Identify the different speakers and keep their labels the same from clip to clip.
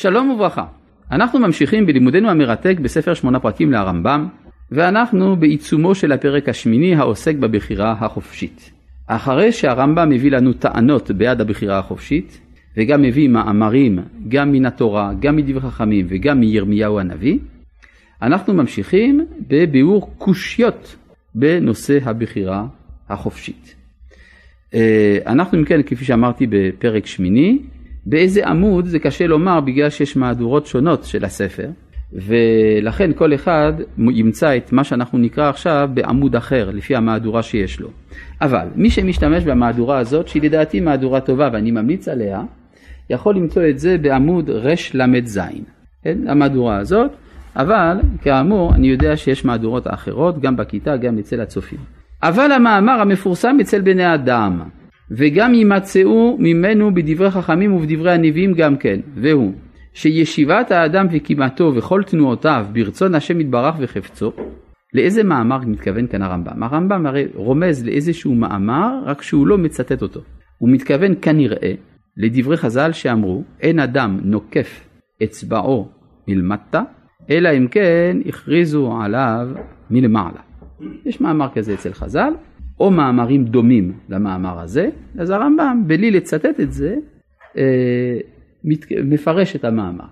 Speaker 1: שלום וברכה. אנחנו ממשיכים בלימודנו המרתק בספר 8 פרקים להרמב"ם, ואנחנו בעיצומו של הפרק השמיני העוסק בבחירה החופשית. אחרי שהרמב"ם מביא לנו טענות בעד הבחירה החופשית, וגם מביא מאמרים גם מן התורה, גם מדברי חכמים וגם מירמיהו הנביא, אנחנו ממשיכים בביאור קושיות בנושא הבחירה החופשית. אנחנו מכן, כפי שאמרתי בפרק שמיני, באיזה עמוד זה קשה לומר בגלל שיש מהדורות שונות של הספר, ולכן כל אחד ימצא את מה שאנחנו נקרא עכשיו בעמוד אחר לפי המהדורה שיש לו. אבל מי שמשתמש במהדורה הזאת, שהיא לדעתי מהדורה טובה ואני ממליץ עליה, יכול למצוא את זה בעמוד רש למד זין, המהדורה הזאת, אבל כאמור אני יודע שיש מהדורות אחרות גם בכיתה גם אצל הצופים. אבל המאמר המפורסם אצל בני אדם, וגם יימצאו ממנו בדברי חכמים ובדברי הנביאים גם כן, והוא שישיבת האדם וקימתו וכל תנועותיו ברצון השם יתברך וחפצו. לאיזה מאמר מתכוון כאן הרמב"ם? הרמב"ם הרי רומז לאיזשהו מאמר רק שהוא לא מצטט אותו. הוא מתכוון כנראה לדברי חז"ל שאמרו אין אדם נוקף אצבעו מלמטה אלא אם כן הכריזו עליו מלמעלה. יש מאמר כזה אצל חז"ל או מאמרים דומים למאמר הזה, אז הרמב"ם בלי לצטט את זה מפרש את המאמר.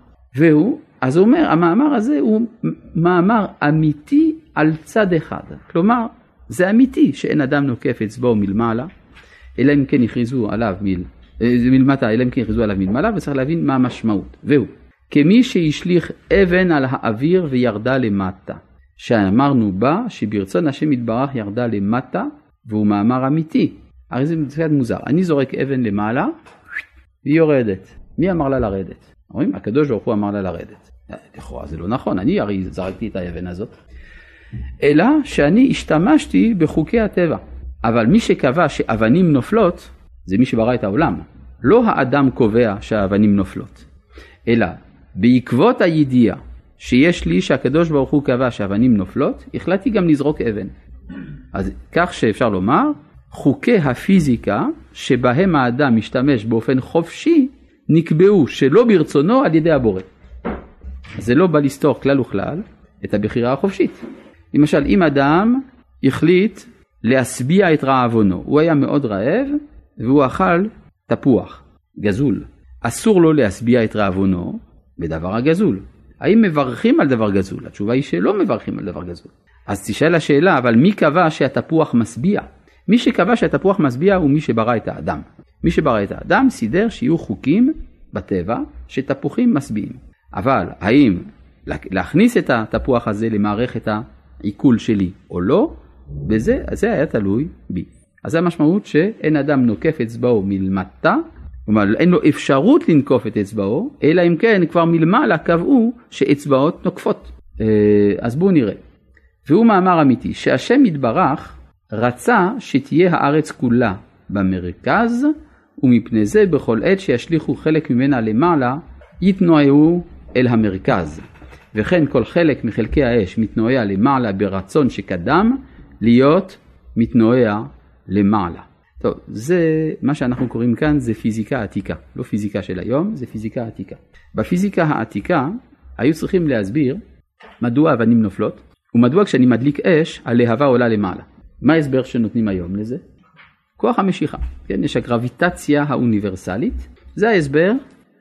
Speaker 1: אז הוא אומר המאמר הזה הוא מאמר אמיתי על צד אחד, כלומר זה אמיתי שאין אדם נוקף אצבעו מלמעלה אלא אם כן הכריזו עליו מלמטה אלא אם כן הכריזו עליו מלמעלה, וצריך להבין מה המשמעות. והוא כמי שהשליך אבן על האוויר וירדה למטה, שאמרנו בה שברצון השם יתברך ירדה למטה, והוא מאמר אמיתי. הרי זה קצת מוזר, אני זורק אבן למעלה והיא יורדת. מי אמר לה לרדת? אומרים הקדוש ברוך הוא אמר לה לרדת. לכאורה זה לא נכון, אני הרי זרקתי את האבן הזאת, אלא שאני השתמשתי בחוקי הטבע. אבל מי שקבע שאבנים נופלות זה מי שברא את העולם, לא האדם קובע שהאבנים נופלות, אלא בעקבות הידיעה שיש לי שהקדוש ברוך הוא קבע שהאבנים נופלות, החלטתי גם לזרוק אבן. אז כך שאפשר לומר, חוקי הפיזיקה שבהם האדם משתמש באופן חופשי, נקבעו שלא ברצונו על ידי הבורא. אז זה לא בא לסתור כלל וכלל את הבחירה החופשית. למשל, אם אדם החליט להשביע את רעבונו, הוא היה מאוד רעב והוא אכל תפוח, גזול. אסור לו להשביע את רעבונו בדבר הגזול. האם מברכים על דבר גזול? התשובה היא שלא מברכים על דבר גזול. אז תשאל השאלה, אבל מי קבע שהתפוח משביע? מי שקבע שהתפוח משביע הוא מי שברא את האדם. מי שברא את האדם סידר שיהיו חוקים בטבע שתפוחים משביעים. אבל האם להכניס את התפוח הזה למערכת העיכול שלי או לא, זה היה תלוי בי. אז זה המשמעות שאין אדם נוקף אצבעו מלמטה, כלומר אין לו אפשרות לנקוף את אצבעו, אלא אם כן כבר מלמעלה קבעו שאצבעות נוקפות. אז בואו נראה. והוא מאמר אמיתי, שהשם יתברך רצה שתהיה הארץ כולה במרכז, ומפני זה בכל עת שישליחו חלק ממנה למעלה, יתנועעו אל המרכז. וכן כל חלק מחלקי האש מתנועע למעלה ברצון שקדם, להיות מתנועע למעלה. טוב, זה מה שאנחנו קוראים כאן, זה פיזיקה עתיקה. לא פיזיקה של היום, זה פיזיקה עתיקה. בפיזיקה העתיקה היו צריכים להסביר מדוע אבנים נופלות, ומדוע כשאני מדליק אש, הלהבה עולה למעלה. מה ההסבר שנותנים היום לזה? כוח המשיכה. כן, יש הגרביטציה האוניברסלית. זה ההסבר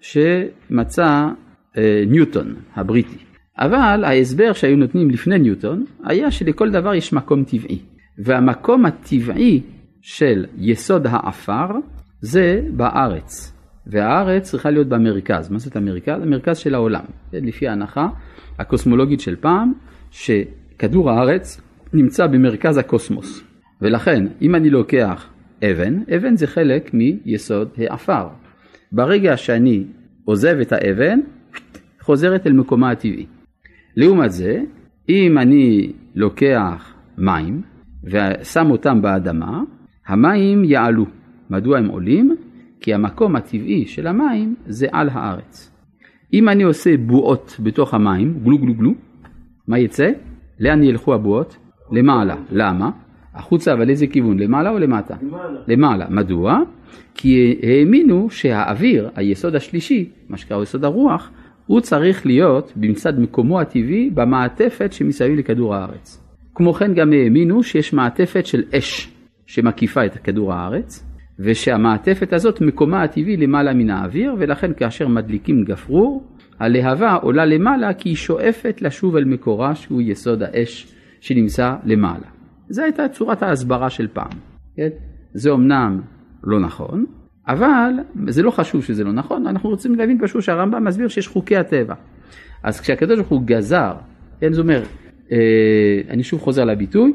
Speaker 1: שמצא ניוטון הבריטי. אבל ההסבר שהיו נותנים לפני ניוטון היה שלכל דבר יש מקום טבעי. והמקום הטבעי של יסוד האפר זה בארץ. והארץ צריכה להיות במרכז. מה זאת המרכז? המרכז של העולם. לפי ההנחה הקוסמולוגית של פעם, שכדור הארץ נמצא במרכז הקוסמוס. ולכן, אם אני לוקח אבן זה חלק מיסוד האפר. ברגע שאני עוזב את האבן, חוזרת אל מקומה הטבעי. לעומת זה, אם אני לוקח מים ושם אותם באדמה, המים יעלו. מדוע הם עולים? כי המקום הטבעי של המים זה על הארץ. אם אני עושה בועות בתוך המים, גלו גלו גלו, מה יצא? לאן ילכו הבועות? למעלה. למה? החוצה, אבל איזה כיוון? למעלה או למטה? למעלה. מדוע? כי האמינו שהאוויר, היסוד השלישי, מה שקרה יסוד הרוח, הוא צריך להיות במצד מקומו הטבעי במעטפת שמסביב לכדור הארץ. כמו כן גם האמינו שיש מעטפת של אש שמקיפה את כדור הארץ, ושהמעטפת הזאת מקומה הטבעי למעלה מן האוויר, ולכן כאשר מדליקים גפרור, הלהבה עולה למעלה כי היא שואפת לשוב אל מקורה שהוא יסוד האש שנמצא למעלה. זו הייתה צורת ההסברה של פעם. כן? זה אמנם לא נכון, אבל זה לא חשוב שזה לא נכון, אנחנו רוצים להבין פשוט שהרמב"ם מסביר שיש חוקי הטבע. אז כשהקדוש ברוך הוא גזר, כן, זאת אומרת, אני שוב חוזר לביטוי,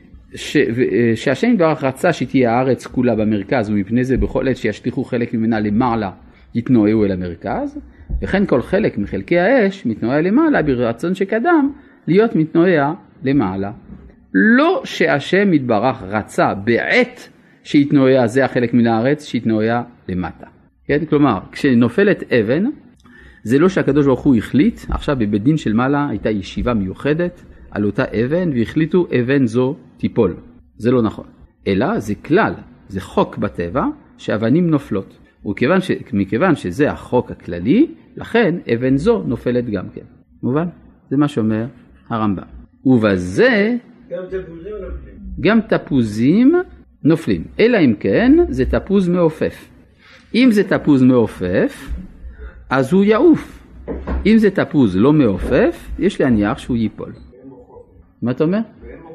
Speaker 1: שהשם יתברך רצה שתהיה הארץ כולה במרכז, ומפני זה בכל עת שישליכו חלק ממנה למעלה יתנועעו אל המרכז, וכן כל חלק מחלקי האש מתנועע למעלה ברצון שקדם להיות מתנועע למעלה. לא שהשם יתברך רצה בעת שיתנועע זה החלק מן הארץ שיתנועע למטה. כן? כלומר, כשנופלת אבן, זה לא שהקדוש ברוך הוא החליט, עכשיו בבית דין של מעלה הייתה ישיבה מיוחדת על אותה אבן, והחליטו אבן זו תיפול. זה לא נכון. אלא זה כלל, זה חוק בטבע שאבנים נופלות. ומכיוון שזה החוק הכללי, לכן אבן זו נופלת גם כן. מובן? זה מה שאומר הרמב"ם. ובזה גם תפוזים נופלים. אלא אם כן זה תפוז מעופף. אם זה תפוז מעופף, אז הוא יעוף. אם זה תפוז לא מעופף, יש להניח שהוא ייפול. מה אתה אומר?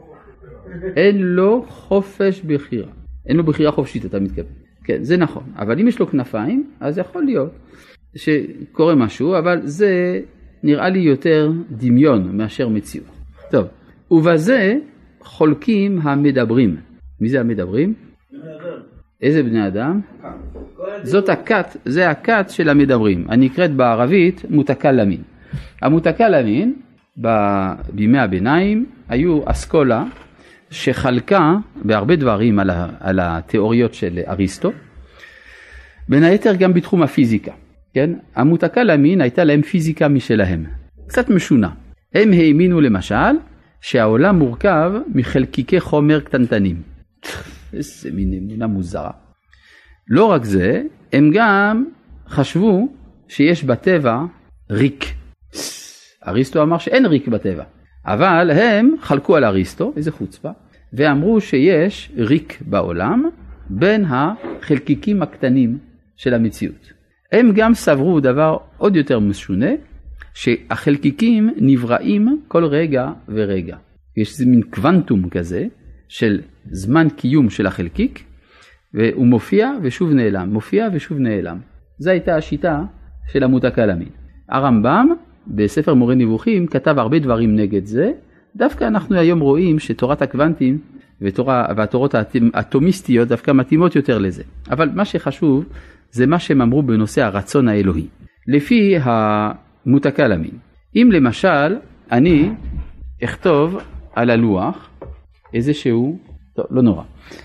Speaker 1: אין לו חופש בחירה. אין לו בחירה חופשית, אתה מתכוון. כן, זה נכון. אבל אם יש לו כנפיים, אז יכול להיות שקורה משהו, אבל זה נראה לי יותר דמיון מאשר מציאות. טוב, ובזה חולקים המדברים. מי זה המדברים? איזה בני אדם? זאת הכת, זה הכת של המדברים. אני אקראת בערבית מותקלמין. המותקלמין בימי הביניים היו אסכולה שחלקה בהרבה דברים על התיאוריות של אריסטו, בין היתר גם בתחום הפיזיקה. כן? המותקלמין הייתה להם פיזיקה משלהם, קצת משונה. הם האמינו למשל שהעולם מורכב מחלקיקי חומר קטנטנים. איזה מין אמונה מוזרה. לא רק זה, הם גם חשבו שיש בטבע ריק. אריסטו אמר שאין ריק בטבע. אבל הם חלקו על אריסטו, איזה חוצפה, ואמרו שיש ריק בעולם בין החלקיקים הקטנים של המציאות. הם גם סברו דבר עוד יותר משונה, שהחלקיקים נבראים כל רגע ורגע. יש איזה מין קוונטום כזה של זמן קיום של החלקיק, והוא מופיע ושוב נעלם, מופיע ושוב נעלם. זו הייתה השיטה של המותקלמין. הרמב"ם בספר מורה נבוכים כתב הרבה דברים נגד זה, דווקא אנחנו היום רואים שתורת הקוונטים והתורות האטומיסטיות דווקא מתאימות יותר לזה. אבל מה שחשוב זה מה שהם אמרו בנושא הרצון האלוהי. לפי המותקלמין, אם למשל אני אכתוב על הלוח איזשהו, טוב, לא נורא,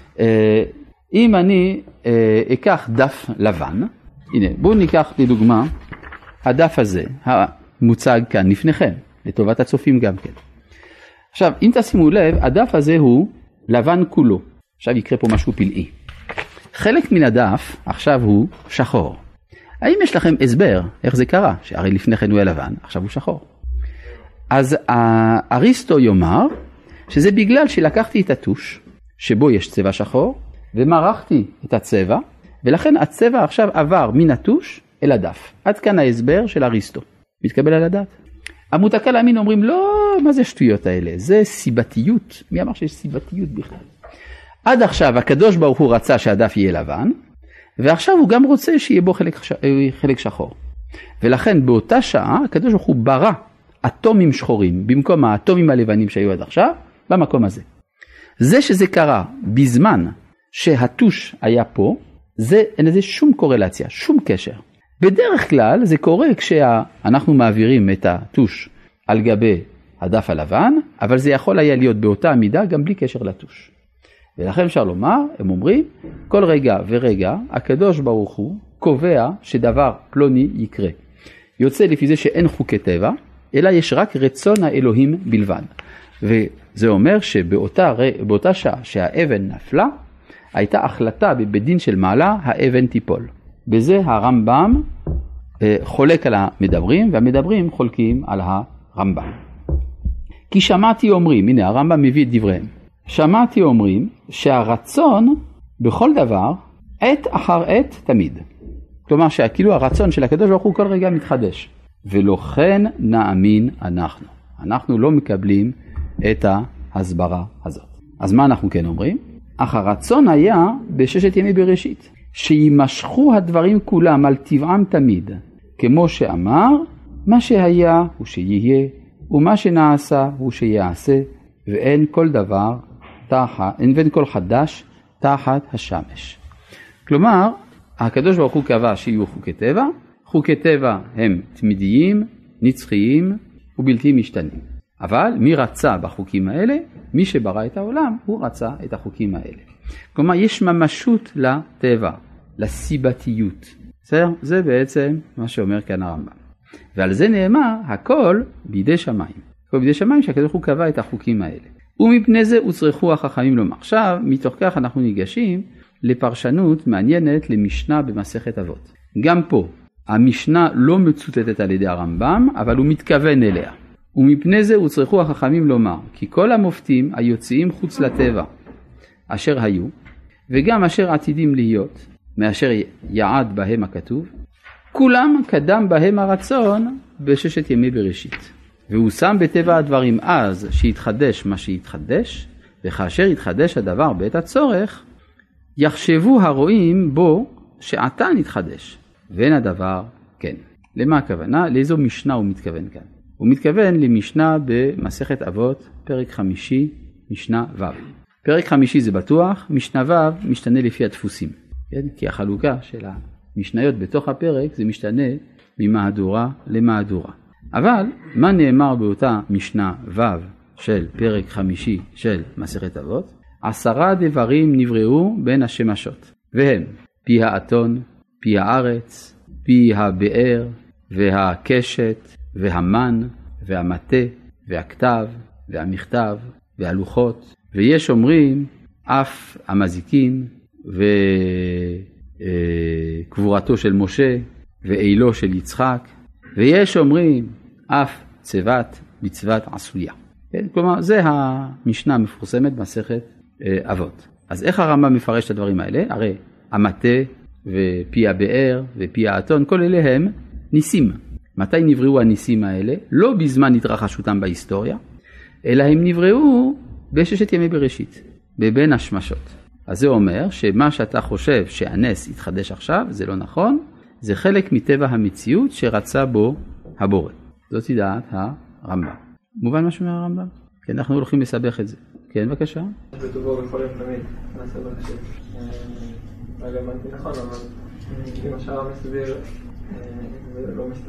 Speaker 1: אם אני אקח דף לבן, הנה בואו ניקח לדוגמה הדף הזה, מוצג כאן לפניכם, לטובת הצופים גם כן. עכשיו, אם תשימו לב, הדף הזה הוא לבן כולו. עכשיו יקרה פה משהו פלאי. חלק מן הדף עכשיו הוא שחור. האם יש לכם הסבר איך זה קרה? שהרי לפניכם הוא לבן, עכשיו הוא שחור. אז אריסטו יאמר שזה בגלל שלקחתי את הטוש, שבו יש צבע שחור, ומרחתי את הצבע, ולכן הצבע עכשיו עבר מן הטוש אל הדף. עד כאן ההסבר של אריסטו. מתקבל על הדעת. המותקלמין אומרים, לא, מה זה שטויות האלה? זה סיבתיות. מי אמר שיש סיבתיות בכלל? עד עכשיו הקדוש ברוך הוא רצה שהדף יהיה לבן, ועכשיו הוא גם רוצה שיהיה בו חלק שחור. ולכן באותה שעה הקדוש ברוך הוא ברא אטומים שחורים, במקום האטומים הלבנים שהיו עד עכשיו, במקום הזה. זה שזה קרה בזמן שהטוש היה פה, זה אין לזה שום קורלציה, שום קשר. בדרך כלל זה קורה כשאנחנו מעבירים את הטוש על גבי הדף הלבן, אבל זה יכול היה להיות באותה המידה גם בלי קשר לטוש. ולכן אפשר לומר, הם אומרים, כל רגע ורגע הקדוש ברוך הוא קובע שדבר פלוני יקרה. יוצא לפי זה שאין חוקי טבע, אלא יש רק רצון האלוהים בלבד. וזה אומר שבאותה שעה שהאבן נפלה, הייתה החלטה בבית דין של מעלה, האבן תיפול. בזה הרמב"ם חולק על המדברים, והמדברים חולקים על הרמב"ם. כי שמעתי אומרים, הנה הרמב"ם מביא את דבריהם, שמעתי אומרים שהרצון בכל דבר, עת אחר עת תמיד. כלומר שכאילו הרצון של הקדוש ברוך הוא כל רגע מתחדש. ולא כן נאמין אנחנו. אנחנו לא מקבלים את ההסברה הזאת. אז מה אנחנו כן אומרים? אך הרצון היה בששת ימי בראשית, שימשכו הדברים כולם על טבעם תמיד, כמו שאמר, מה שהיה הוא שיהיה, ומה שנעשה הוא שיעשה, ואין כל דבר ואין כל חדש תחת השמש. כלומר, הקדוש ברוך הוא קבע שיהיו חוקי טבע, חוקי טבע הם תמידיים, נצחיים ובלתי משתנים. אבל מי רצה בחוקים האלה? מי שברא את העולם, הוא רצה את החוקים האלה. כלומר, יש ממשות לטבע, לסיבתיות. זה בעצם מה שאומר כאן הרמב"ם. ועל זה נאמר, הכל בידי שמיים. הכל בידי שמיים שהקדוש ברוך הוא קבע את החוקים האלה. ומפני זה הוצרכו החכמים לומר. עכשיו, מתוך כך אנחנו ניגשים לפרשנות מעניינת למשנה במסכת אבות. גם פה, המשנה לא מצוטטת על ידי הרמב"ם, אבל הוא מתכוון אליה. ומפני זה הוצרכו החכמים לומר, כי כל המופתים היוצאים חוץ לטבע, אשר היו, וגם אשר עתידים להיות, מאשר יעד בהם הכתוב, כולם קדם בהם הרצון בששת ימי בראשית. והוא שם בטבע הדברים אז שיתחדש מה שיתחדש, וכאשר יתחדש הדבר בעת הצורך, יחשבו הרואים בו שעתה נתחדש, ואין הדבר כן. למה הכוונה? לאיזו משנה הוא מתכוון כאן? הוא מתכוון למשנה במסכת אבות, פרק 5, משנה ו'. פרק 5 זה בטוח, משנה ו' משתנה לפי הדפוסים. כן? כי החלוקה של המשניות בתוך הפרק זה משתנה ממהדורה למהדורה. אבל מה נאמר באותה משנה ו' של פרק 5 של מסכת אבות? 10 דברים נבראו בין השמשות, והם פי האתון, פי הארץ, פי הבאר והקשת והמן והמטה והכתב והמכתב והלוחות, ויש אומרים אף המזיקים וקבורתו של משה ואילו של יצחק, ויש אומרים אף צוות מצוות עשויה. כן? כלומר זה המשנה המפורסמת במסכת אבות. אז איך הרמב"ם מפרש את הדברים האלה? הרי המטה ופי הבאר ופי האתון, כל אלה הם ניסים. מתי נבראו הניסים האלה? לא בזמן התרחשותם בהיסטוריה, אלא הם נבראו בששת ימי בראשית, בבין השמשות. אז זה אומר שמה שאתה חושב שהנס יתחדש עכשיו, זה לא נכון, זה חלק מטבע המציאות שרצה בו הבורא. זאת דעת הרמב"ם. מובן משהו מהרמב"ם? כן, אנחנו הולכים לסבך את זה. כן, בבקשה.
Speaker 2: בטובו בכל יום תמיד, נעשה בראשית. רגע, אמרתי נכון, אבל אם השאר מסביר, זה לא מסתדר.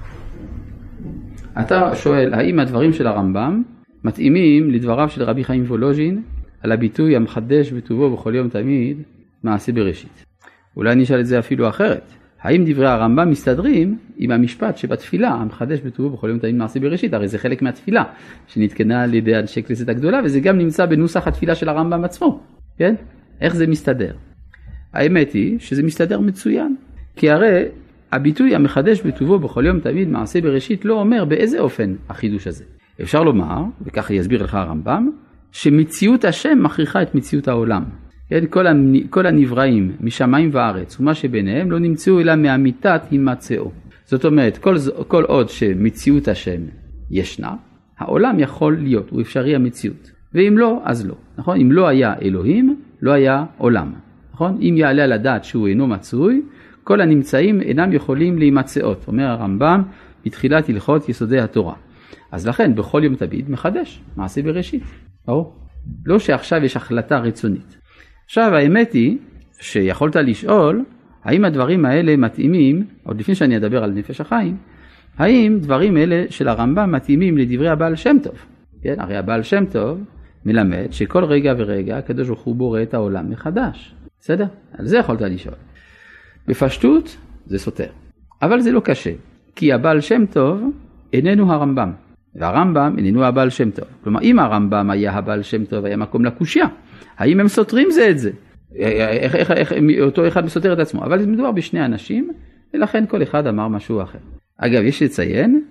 Speaker 1: אתה שואל, האם הדברים של הרמב"ם מתאימים לדבריו של רבי חיים וולוז'ין על הביטוי המחדש בטובו בכל יום תמיד מעשה בראשית? אולי נשאל את זה אפילו אחרת. האם דברי הרמב"ם מסתדרים עם המשפט שבתפילה המחדש בטובו בכל יום תמיד מעשה בראשית? הרי זה חלק מהתפילה שנתקנה על ידי אנשי כנסת הגדולה, וזה גם נמצא בנוסח התפילה של הרמב"ם עצמו. כן? איך זה מסתדר? האמת היא שזה מסתדר מצוין, כי הרי הביטוי המחדש בטובו בכל יום תמיד מעשה בראשית לא אומר באיזה אופן החידוש הזה. אפשר לומר, וככה יסביר לך הרמב"ם, שמציאות השם מכריחה את מציאות העולם. כן? כל הנבראים משמיים וארץ ומה שביניהם לא נמצאו אלא מאמיתת הימצאו. זאת אומרת, כל עוד שמציאות השם ישנה, העולם יכול להיות, הוא אפשרי המציאות. ואם לא, אז לא. נכון? אם לא היה אלוהים, לא היה עולם. נכון? אם יעלה על הדעת שהוא אינו מצוי, כל הנמצאים אינם יכולים להימצאות. אומר הרמב"ם בתחילת הלכות יסודי התורה. אז לכן בכל יום תמיד מחדש מעשה בראשית. לא שעכשיו יש החלטה רצונית. עכשיו האמת היא שיכולת לשאול האם הדברים האלה מתאימים, עוד לפני שאני אדבר על נפש החיים, האם דברים אלה של הרמב"ם מתאימים לדברי הבעל שם טוב? כן? הרי הבעל שם טוב מלמד שכל רגע ורגע הקדוש ברוך הוא בורא את העולם מחדש. בסדר? על זה יכולת לשאול. בפשטות זה סותר. אבל זה לא קשה, כי הבעל שם טוב איננו הרמב"ם, והרמב"ם איננו הבעל שם טוב. כלומר, אם הרמב"ם היה הבעל שם טוב, היה מקום לקושיה. האם הם סותרים זה את זה? איך אותו אחד מסותר את עצמו? אבל מדובר בשני אנשים ולכן כל אחד אמר משהו אחר. אגב, יש לציין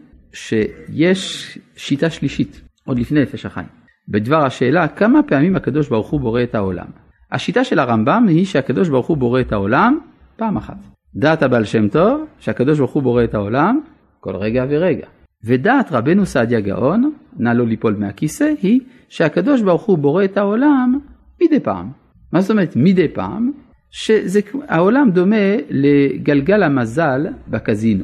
Speaker 1: שיש שיטה שלישית, עוד לפני נפש החיים. בדבר השאלה, כמה פעמים הקדוש ברוך הוא בורא את העולם? השיטה של הרמב"ם היא שהקדוש ברוך הוא בורא את העולם פעם אחת. דעת הבעל שם טוב, שהקדוש ברוך הוא בורא את העולם כל רגע ורגע. ודעת רבנו סעדיה גאון, נא לא ליפול מהכיסא, היא שהקדוש ברוך הוא בורא את העולם מדי פעם. מה זאת אומרת מדי פעם? שהעולם דומה לגלגל המזל בקזינו.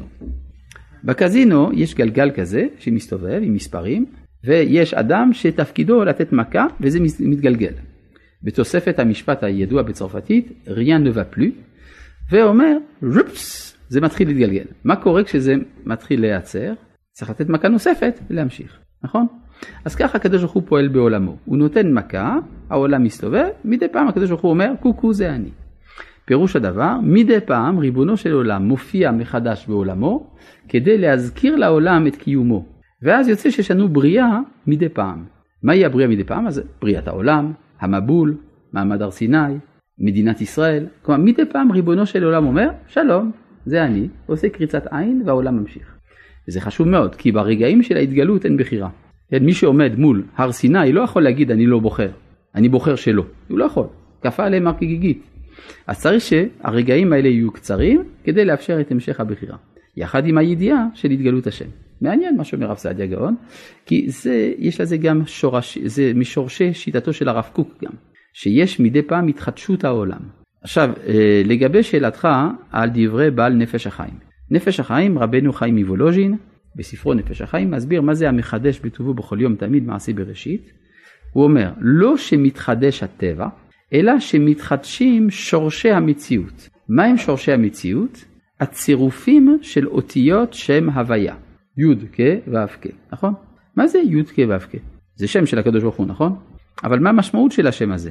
Speaker 1: בקזינו יש גלגל כזה שמסתובב עם מספרים, ויש אדם שתפקידו לתת מכה וזה מתגלגל. בתוספת המשפט הידוע בצרפתית, rien ne va plus, ואומר, רופס, זה מתחיל להתגלגל. מה קורה כשזה מתחיל להיעצר? צריך לתת מכה נוספת ולהמשיך, נכון? אז ככה הקדוש ברוך הוא פועל בעולמו. הוא נותן מכה, העולם מסתובב, מדי פעם הקדוש ברוך הוא אומר, קוקו זה אני. פירוש הדבר, מדי פעם ריבונו של עולם מופיע מחדש בעולמו, כדי להזכיר לעולם את קיומו. ואז יוצא שיש לנו בריאה מדי פעם. מהי הבריאה מדי פעם? אז בריאת העולם, המבול, מעמד הר סיני, מדינת ישראל. כלומר, מדי פעם ריבונו של עולם אומר, שלום, זה אני, עושה קריצת עין והעולם ממשיך. וזה חשוב מאוד, כי ברגעים של ההתגלות אין בחירה. מי שעומד מול הר סיני לא יכול להגיד אני לא בוחר, אני בוחר שלא. הוא לא יכול, כפה עליהם הר כגיגית. אז צריך שהרגעים האלה יהיו קצרים כדי לאפשר את המשך הבחירה. יחד עם הידיעה של התגלות השם. מעניין מה שאומר רב סעדיה גאון, כי יש לזה גם שורש, זה משורשי שיטתו של הרב קוק גם, שיש מדי פעם התחדשות העולם. עכשיו, לגבי שאלתך על דברי בעל נפש החיים. נפש החיים, רבנו חיים מוולוז'ין, בספרו נפש החיים, מסביר מה זה המחדש בטובו בכל יום תמיד מעשי בראשית. הוא אומר, לא שמתחדש הטבע, אלא שמתחדשים שורשי המציאות. מה הם שורשי המציאות? הצירופים של אותיות שם הוויה. י' כ' ו' כ', נכון? מה זה י' כ' ו' כ'? זה שם של הקדוש ברוך הוא, נכון? אבל מה המשמעות של השם הזה?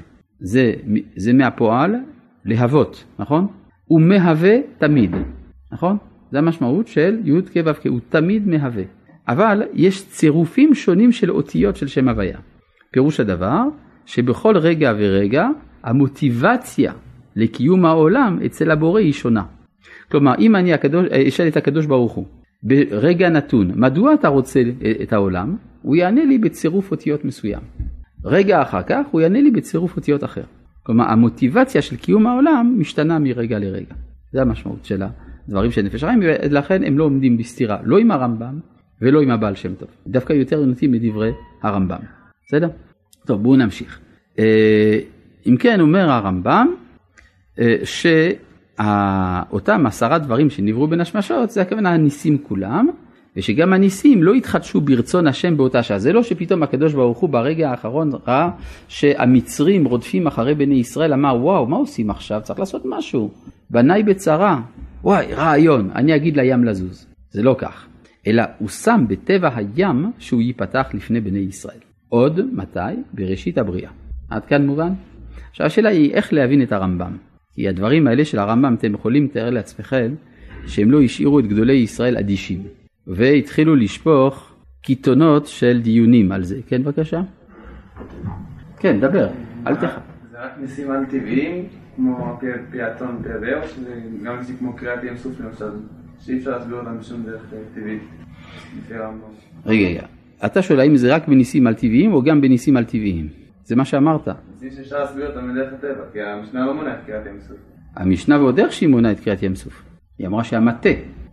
Speaker 1: זה מהפועל להוות, נכון? הוא מהווה תמיד, נכון? זה המשמעות של י' כ' ו' כ', הוא תמיד מהווה. אבל יש צירופים שונים של אותיות של שם הוויה. פירוש הדבר שבכל רגע ורגע המוטיבציה לקיום העולם אצל הבורא היא שונה. כלומר, אם אני אשאל את הקדוש ברוך הוא, ברגע נתון, מדוע אתה רוצה את העולם? הוא יענה לי בצירוף אותיות מסוים. רגע אחר כך הוא יענה לי בצירוף אותיות אחר. כלומר, המוטיבציה של קיום העולם משתנה מרגע לרגע. זה המשמעות של הדברים של נפש החיים, ולכן הם לא עומדים בסתירה, לא עם הרמב"ם ולא עם הבעל שם טוב. דווקא יותר נוטים לדברי הרמב"ם. בסדר? טוב, בואו נמשיך. אם כן, אומר הרמב"ם, אותם 10 דברים שנבראו בין השמשות, זה הכוונה הניסים כולם, ושגם הניסים לא התחדשו ברצון השם באותה שעה. זה לא שפתאום הקדוש ברוך הוא ברגע האחרון ראה שהמצרים רודפים אחרי בני ישראל, אמר וואו, מה עושים עכשיו? צריך לעשות משהו. בניי בצרה, וואי, רעיון, אני אגיד לים לזוז. זה לא כך. אלא הוא שם בטבע הים שהוא ייפתח לפני בני ישראל. עוד מתי? בראשית הבריאה. עד כאן מובן? עכשיו השאלה היא איך להבין את הרמב"ם. כי הדברים האלה של הרמב"ם אתם יכולים לתאר לעצמכם שהם לא השאירו את גדולי ישראל אדישים. והתחילו לשפוך קיתונות של דיונים על זה. כן, בבקשה? כן, דבר. אל תחד.
Speaker 3: זה רק ניסים על טבעיים, כמו פיאטון תיאבר, שזה גם ניסים כמו קריאת ים סוף למשל, שאי אפשר להסביר אותם בשום דרך טבעית.
Speaker 1: רגע, אתה שואל האם זה רק בניסים על טבעיים או גם בניסים על טבעיים? זה מה שאמרת.
Speaker 3: ניסים שאפשר להסביר אותם בדרך הטבע, כי המשנה לא מונה את קריאת ים סוף.
Speaker 1: המשנה ועוד איך שהיא מונה את קריאת ים סוף. היא אמרה שהמטה,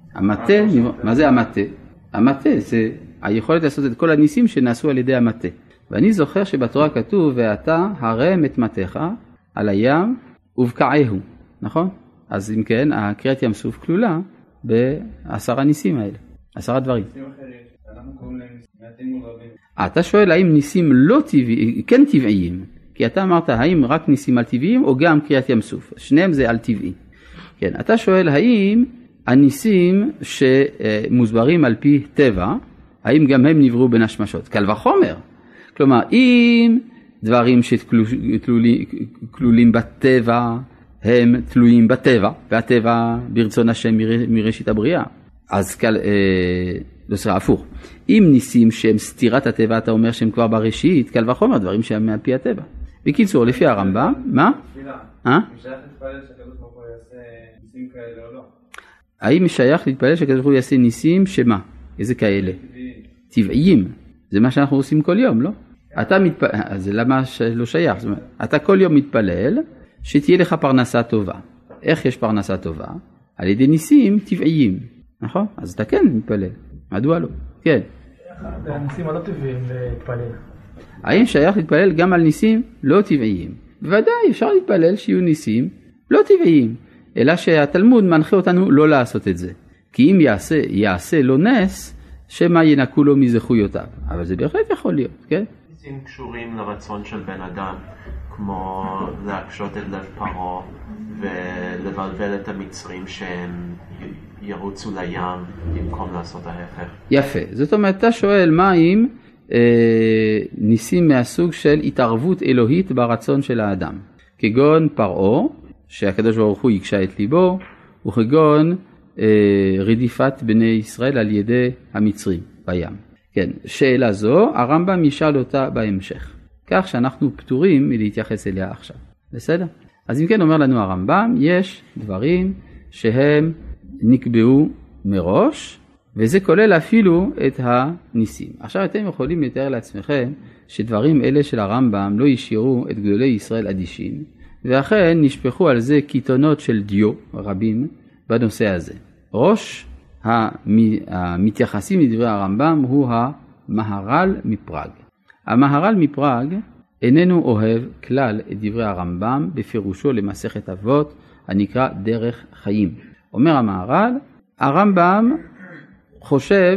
Speaker 1: מה זה המטה? המטה זה היכולת לעשות את כל הניסים שנעשו על ידי המטה. ואני זוכר שבתורה כתוב, ואתה הרם את מטך על הים ובקעהו, נכון? אז אם כן, הקריאת ים סוף כלולה ב10 ניסים האלה, 10 דברים.
Speaker 3: אנחנו קוראים להם מעטים מול רבים.
Speaker 1: אתה שואל האם ניסים לא טבעיים, כן טבעיים, כי אתה אמרת האם רק ניסים על טבעיים או גם קריאת ים סוף, שניהם זה על טבעי. כן, אתה שואל האם הניסים שמוסברים על פי טבע, האם גם הם נבראו בין השמשות? קל וחומר. כלומר, אם דברים שכלולים בטבע, הם תלויים בטבע, והטבע ברצון השם מראשית הבריאה, אז לא סליחה, הפוך. אם ניסים שהם סתירת הטבע, אתה אומר שהם כבר בראשית, קל וחומר, דברים שהם על פי הטבע. בקיצור, לפי הרמב"ם, מה?
Speaker 3: תפילה. אפשר להתפלל שהקדוש ברוך הוא יעשה ניסים כאלה או לא?
Speaker 1: האם שייך להתפלל שהקדוש ברוך הוא יעשה ניסים שמה? איזה כאלה? טבעיים. זה מה שאנחנו עושים כל יום, לא? אתה מתפלל, אז למה לא שייך? זאת אומרת, אתה כל יום מתפלל שתהיה לך פרנסה טובה. איך יש פרנסה טובה? על ידי ניסים טבעיים, נכון? אז אתה כן מתפלל. מדוע לא? כן.
Speaker 2: הניסים הלא טבעיים להתפלל.
Speaker 1: האם שייך להתפלל גם על ניסים לא טבעיים? בוודאי, אפשר להתפלל שיהיו ניסים לא טבעיים, אלא שהתלמוד מנחה אותנו לא לעשות את זה. כי אם יעשה לו נס, שמה ינקו לו מזכויותיו. אבל זה בהחלט יכול להיות, כן?
Speaker 4: ניסים קשורים לרצון של בן אדם, כמו להקשות את לב פרעה ולבלבל את המצרים שהם ירוצו לים במקום לעשות ההפך.
Speaker 1: יפה. זאת אומרת, אתה שואל מה אם ניסים מהסוג של התערבות אלוהית ברצון של האדם. כגון פרעה, שהקדוש ברוך הוא יקשה את ליבו, וכגון רדיפת בני ישראל על ידי המצרים בים. כן, שאלה זו, הרמב"ם ישאל אותה בהמשך. כך שאנחנו פטורים מלהתייחס אליה עכשיו. בסדר? אז אם כן אומר לנו הרמב"ם, יש דברים שהם נקבעו מראש, וזה כולל אפילו את הניסים. עכשיו אתם יכולים לתאר לעצמכם שדברים אלה של הרמב"ם לא ישאירו את גדולי ישראל אדישים, ואכן נשפכו על זה קיתונות של דיו רבים בנושא הזה. ראש המתייחסים לדברי הרמב"ם הוא המהר"ל מפראג. המהר"ל מפראג איננו אוהב כלל את דברי הרמב"ם בפירושו למסכת אבות הנקרא דרך חיים. אומר המהר"ל, הרמב"ם חושב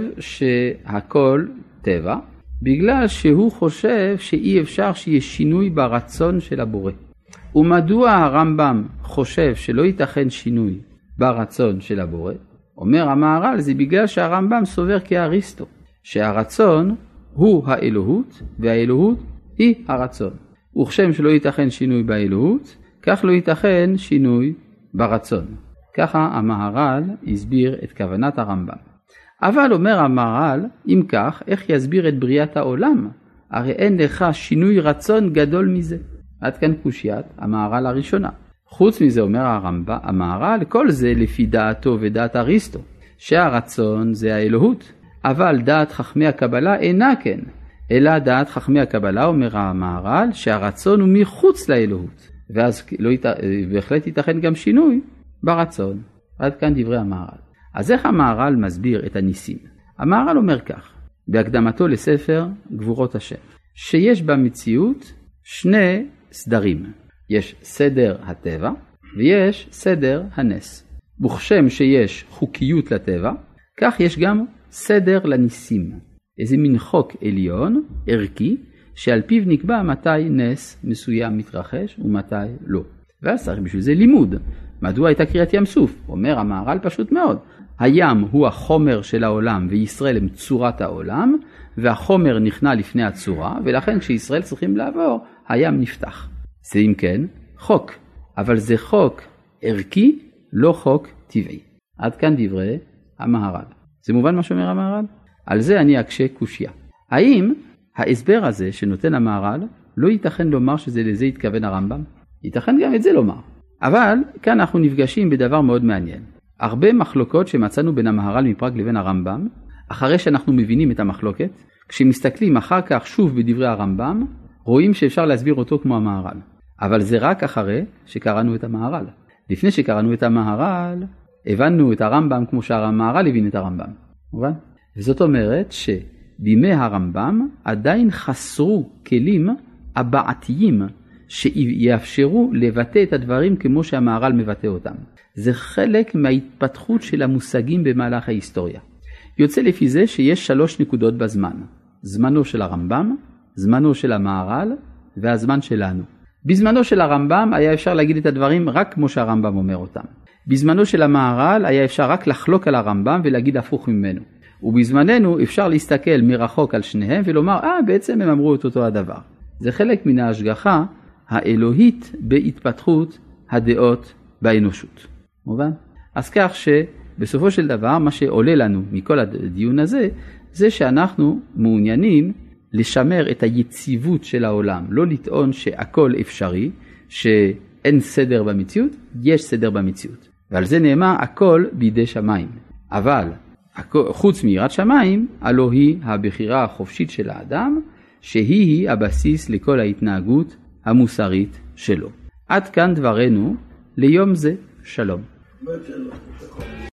Speaker 1: שהכל טבע, בגלל שהוא חושב שאי אפשר שיש שינוי ברצון של הבורא. ומדוע הרמב"ם חושב שלא ייתכן שינוי ברצון של הבורא? אומר המהר"ל, זה בגלל שהרמב"ם סובר כאריסטו, שהרצון הוא האלוהות והאלוהות היא הרצון. וכשם שלא ייתכן שינוי באלוהות, כך לא ייתכן שינוי ברצון. ככה המהר"ל הסביר את כוונת הרמב"ם. אבל אומר המהר"ל, אם כך, איך יסביר את בריאת העולם? הרי אין לך שינוי רצון גדול מזה. עד כאן קושיית המהר"ל הראשונה. חוץ מזה אומר המהר"ל, כל זה לפי דעתו ודעת אריסטו, שהרצון זה האלוהות, אבל דעת חכמי הקבלה אינה כן, אלא דעת חכמי הקבלה אומר המהר"ל שהרצון הוא מחוץ לאלוהות, ואז בהחלט ייתכן גם שינוי ברצון. עד כאן דברי המהר"ל. אז איך המהר"ל מסביר את הניסים? המהר"ל אומר כך, בהקדמתו לספר גבורות השם, שיש במציאות שני סדרים. יש סדר הטבע ויש סדר הנס. וכשם שיש חוקיות לטבע, כך יש גם סדר לניסים. איזה מין חוק עליון, ערכי, שעל פיו נקבע מתי נס מסוים מתרחש ומתי לא. ואז צריך בשביל זה לימוד. מדוע הייתה קריאת ים סוף? אומר המהר"ל פשוט מאוד. הים הוא החומר של העולם וישראל הם צורת העולם, והחומר נכנע לפני הצורה, ולכן כשישראל צריכים לעבור, הים נפתח. זה אם כן חוק, אבל זה חוק ערכי, לא חוק טבעי. עד כאן דברי המהר"ל. זה מובן מה שאומר המהר"ל? על זה אני אקשה קושיה. האם ההסבר הזה שנותן המהר"ל לא ייתכן לומר שזה לזה התכוון הרמב"ם? ייתכן גם את זה לומר. אבל כאן אנחנו נפגשים בדבר מאוד מעניין. הרבה מחלוקות שמצאנו בין המהר"ל מפראג לבין הרמב"ם, אחרי שאנחנו מבינים את המחלוקת, כשמסתכלים אחר כך שוב בדברי הרמב"ם, רואים שאפשר להסביר אותו כמו המהר"ל. אבל זה רק אחרי שקראנו את המהר"ל. לפני שקראנו את המהר"ל, הבנו את הרמב"ם כמו שהמהר"ל הבין את הרמב"ם. וזאת אומרת שבימי הרמב"ם עדיין חסרו כלים הבעתיים שיאפשרו לבטא את הדברים כמו שהמהר"ל מבטא אותם. זה חלק מההתפתחות של המושגים במהלך ההיסטוריה. יוצא לפי זה שיש 3 נקודות בזמן. זמנו של הרמב"ם, זמנו של המהר"ל והזמן שלנו. בזמנו של הרמב"ם היה אפשר להגיד את הדברים רק כמו שהרמב"ם אומר אותם. בזמנו של המהר"ל היה אפשר רק לחלוק על הרמב"ם ולהגיד הפוך ממנו. ובזמננו אפשר להסתכל מרחוק על שניהם ולומר, בעצם הם אמרו את אותו הדבר. זה חלק מן ההשגחה האלוהית בהתפתחות הדעות באנושות. מובן? אז כך שבסופו של דבר מה שעולה לנו מכל הדיון הזה, זה שאנחנו מעוניינים לשמר את היציבות של העולם, לא לטעון שהכל אפשרי, שאין סדר במציאות, יש סדר במציאות. ועל זה נאמר הכל בידי שמיים. אבל חוץ מיראת שמיים, הלא היא הבחירה החופשית של האדם, שהיא הבסיס לכל ההתנהגות המוסרית שלו. עד כאן דברנו ליום זה. שלום.